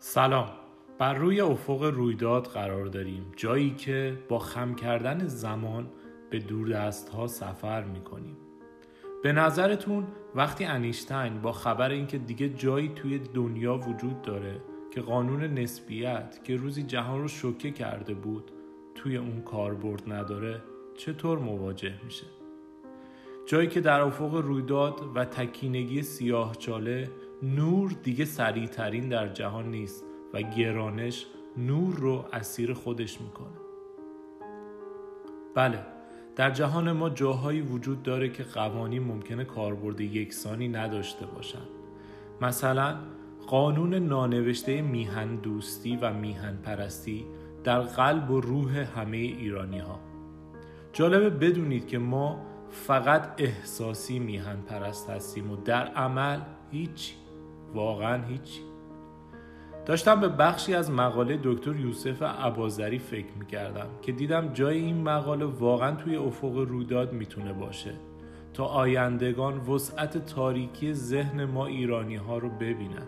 سلام. بر روی افق رویداد قرار داریم، جایی که با خم کردن زمان به دوردست‌ها سفر می‌کنیم. به نظرتون وقتی انیشتین با خبر اینکه دیگه جایی توی دنیا وجود داره که قانون نسبیت که روزی جهان رو شوکه کرده بود توی اون کاربرد نداره، چطور مواجه میشه؟ جایی که در افق رویداد و تکینگی سیاه‌چاله نور دیگه سریع‌ترین در جهان نیست و گرانش نور رو اسیر خودش میکنه. بله، در جهان ما جاهایی وجود داره که قوانین ممکنه کاربرد یکسانی نداشته باشن. مثلا قانون نانوشته میهن دوستی و میهن پرستی در قلب و روح همه ایرانی ها. جالبه بدونید که ما فقط احساسی میهن پرست هستیم و در عمل هیچ، واقعا هیچ. داشتم به بخشی از مقاله دکتر یوسف اباظری فکر میکردم که دیدم جای این مقاله واقعا توی افق رویداد میتونه باشه تا آیندگان وسعت تاریکی ذهن ما ایرانی ها رو ببینن.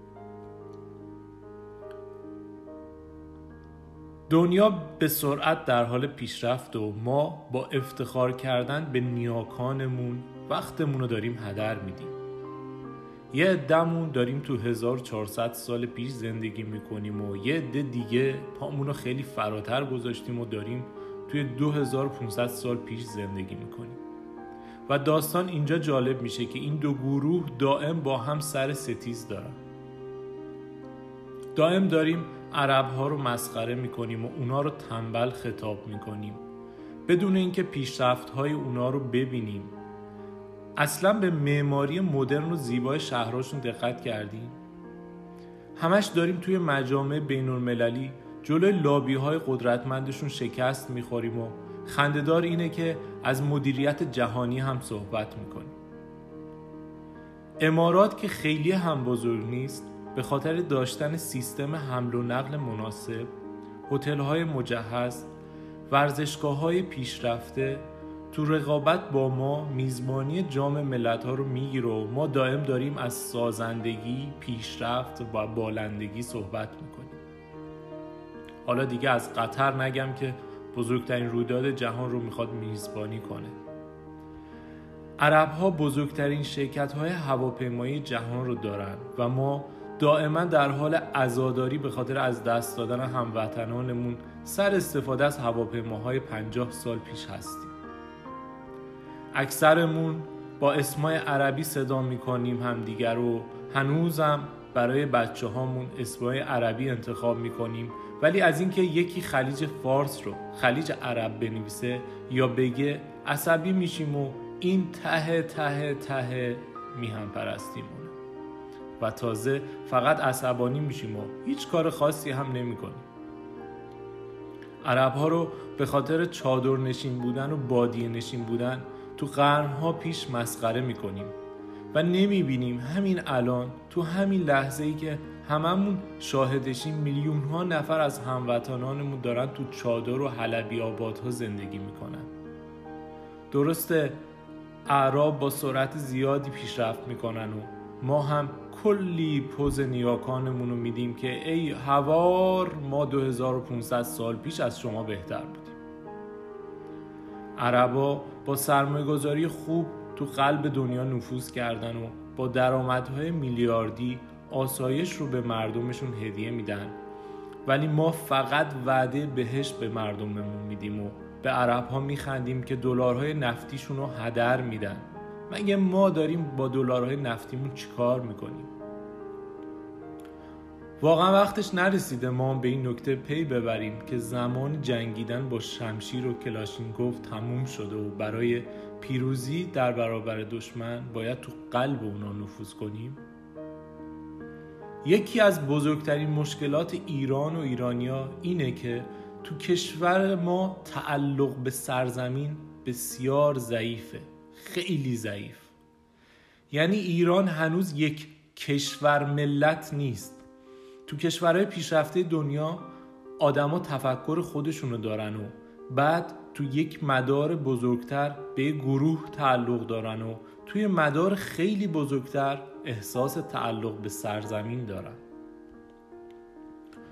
دنیا به سرعت در حال پیشرفت و ما با افتخار کردن به نیاکانمون وقتمون رو داریم هدر میدیم. یه عده‌مون داریم تو 1400 سال پیش زندگی میکنیم و یه عده دیگه پامون رو خیلی فراتر گذاشتیم و داریم توی 2500 سال پیش زندگی میکنیم. و داستان اینجا جالب میشه که این دو گروه دائم با هم سر ستیز دارن. دائم داریم عرب‌ها رو مسخره میکنیم و اونا رو تنبل خطاب میکنیم بدون اینکه پیشرفت‌های اونا رو ببینیم. اصلا به معماری مدرن و زیبای شهرهاشون دقت کردیم؟ همش داریم توی مجامع بین‌المللی جلوی لابی‌های قدرتمندشون شکست میخوریم و خنده‌دار اینه که از مدیریت جهانی هم صحبت میکنیم. امارات که خیلی هم بزرگ نیست به خاطر داشتن سیستم حمل و نقل مناسب، هتل‌های مجهز، ورزشگاه‌های پیشرفته، تو رقابت با ما میزبانی جام ملت‌ها رو میگیره و ما دائم داریم از سازندگی، پیشرفت و بالندگی صحبت میکنیم. حالا دیگه از قطر نگم که بزرگترین رویداد جهان رو میخواد میزبانی کنه. عرب‌ها بزرگترین شرکت‌های هواپیمایی جهان رو دارن و ما دائما در حال عزاداری به خاطر از دست دادن هموطنانمون سر استفاده از هواپیماهای 50 سال پیش هستیم. اکثرمون با اسمای عربی صدا میکنیم همدیگر رو، هنوزم برای بچه هامون اسمای عربی انتخاب میکنیم، ولی از اینکه یکی خلیج فارس رو خلیج عرب بنویسه یا بگه عصبی میشیم و این ته میهن پرستیمونه و تازه فقط عصبانی میشیم و هیچ کار خاصی هم نمی کنیم. عرب ها رو به خاطر چادر نشین بودن و بادیه نشین بودن تو قرنها پیش مسخره میکنیم و نمیبینیم همین الان تو همین لحظه‌ای که هممون شاهدشیم میلیون ها نفر از هموطنانمون دارن تو چادر و حلبی آبادها زندگی میکنن. درسته اعراب با سرعت زیادی پیشرفت میکنن و ما هم کلی پوز نیاکانمون رو میدیم که ای هوار ما 2500 سال پیش از شما بهتر بودیم. عربا با سرمایه‌گذاری خوب تو قلب دنیا نفوذ کردن و با درآمدهای میلیاردی آسایش رو به مردمشون هدیه میدن، ولی ما فقط وعده بهشت به مردممون میدیم و به عرب‌ها میخندیم که دلارهای نفتیشون رو هدر میدن. مگه ما داریم با دلارهای نفتیمون چیکار میکنیم؟ واقعا وقتش نرسیده ما به این نکته پی ببریم که زمان جنگیدن با شمشیر و کلاشینکوف تموم شده و برای پیروزی در برابر دشمن باید تو قلب اونا نفوذ کنیم؟ یکی از بزرگترین مشکلات ایران و ایرانیا اینه که تو کشور ما تعلق به سرزمین بسیار ضعیفه، خیلی ضعیف. یعنی ایران هنوز یک کشور ملت نیست. تو کشورهای پیشرفته دنیا آدما تفکر خودشونو دارن و بعد تو یک مدار بزرگتر به گروه تعلق دارن و توی مدار خیلی بزرگتر احساس تعلق به سرزمین دارن.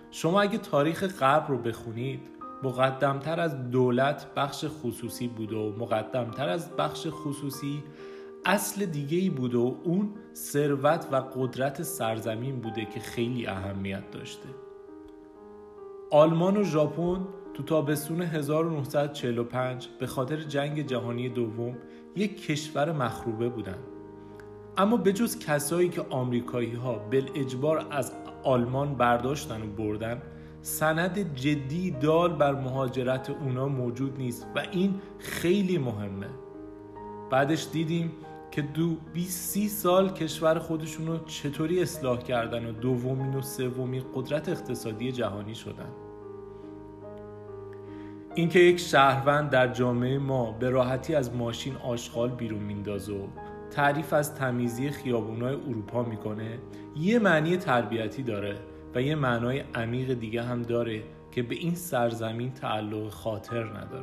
شما اگه تاریخ غرب رو بخونید، مقدمتر از دولت بخش خصوصی بوده و مقدمتر از بخش خصوصی اصل دیگه‌ای بوده و اون ثروت و قدرت سرزمین بوده که خیلی اهمیت داشته. آلمان و ژاپن تو تابستون 1945 به خاطر جنگ جهانی دوم یک کشور مخروبه بودن. اما به جز کسایی که آمریکایی ها بالاجبار از آلمان برداشتن و بردن، سند جدی دال بر مهاجرت اونا موجود نیست و این خیلی مهمه. بعدش دیدیم که 20-30 سال کشور خودشونو چطوری اصلاح کردن و دومین و سومین قدرت اقتصادی جهانی شدن. اینکه یک شهروند در جامعه ما به راحتی از ماشین آشغال بیرون میندازه و تعریف از تمیزی خیابونای اروپا میکنه، یه معنی تربیتی داره و یه معنای عمیق دیگه هم داره که به این سرزمین تعلق خاطر نداره.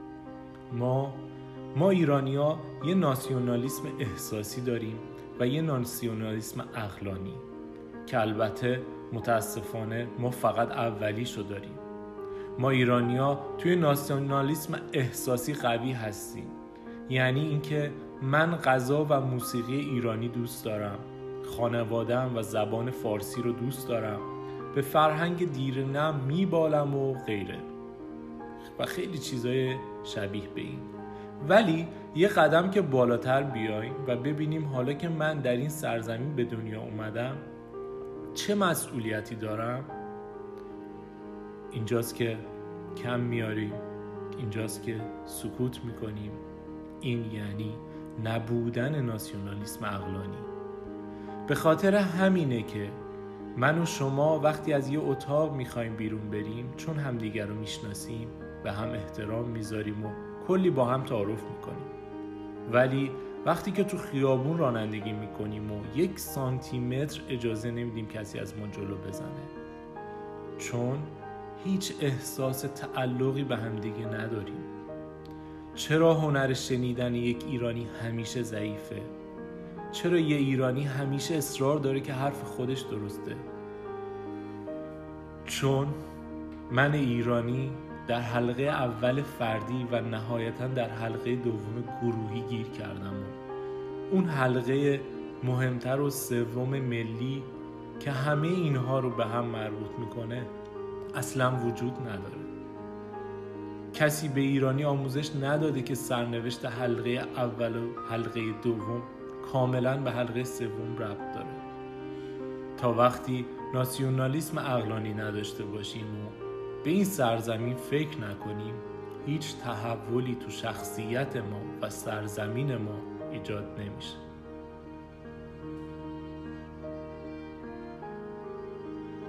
ما ایرانی‌ها یه ناسیونالیسم احساسی داریم و یه ناسیونالیسم عقلانی که البته متاسفانه ما فقط اولیشو داریم. ما ایرانی‌ها توی ناسیونالیسم احساسی قوی هستیم، یعنی اینکه من غذا و موسیقی ایرانی دوست دارم، خانواده‌ام و زبان فارسی رو دوست دارم، به فرهنگ دیرینه‌ام میبالم و غیره و خیلی چیزای شبیه به این. ولی یه قدم که بالاتر بیایم و ببینیم حالا که من در این سرزمین به دنیا اومدم چه مسئولیتی دارم، اینجاست که کم میاریم، اینجاست که سکوت میکنیم. این یعنی نبودن ناسیونالیسم عقلانی. به خاطر همینه که من و شما وقتی از یه اتاق میخوایم بیرون بریم، چون همدیگر رو میشناسیم و هم احترام میذاریم و کلی با هم تعارف میکنیم، ولی وقتی که تو خیابون رانندگی میکنیم و 1 سانتیمتر اجازه نمیدیم کسی از ما جلو بزنه، چون هیچ احساس تعلقی به هم دیگه نداریم. چرا هنر شنیدن یک ایرانی همیشه ضعیفه؟ چرا یه ایرانی همیشه اصرار داره که حرف خودش درسته؟ چون من ایرانی در حلقه اول فردی و نهایتاً در حلقه دوم گروهی گیر کردم و اون حلقه مهمتر و سوم ملی که همه اینها رو به هم مربوط میکنه اصلا وجود نداره. کسی به ایرانی آموزش نداده که سرنوشت حلقه اول و حلقه دوم کاملا به حلقه سوم ربط داره. تا وقتی ناسیونالیسم عقلانی نداشته باشیم و به این سرزمین فکر نکنیم، هیچ تحولی تو شخصیت ما و سرزمین ما ایجاد نمیشه.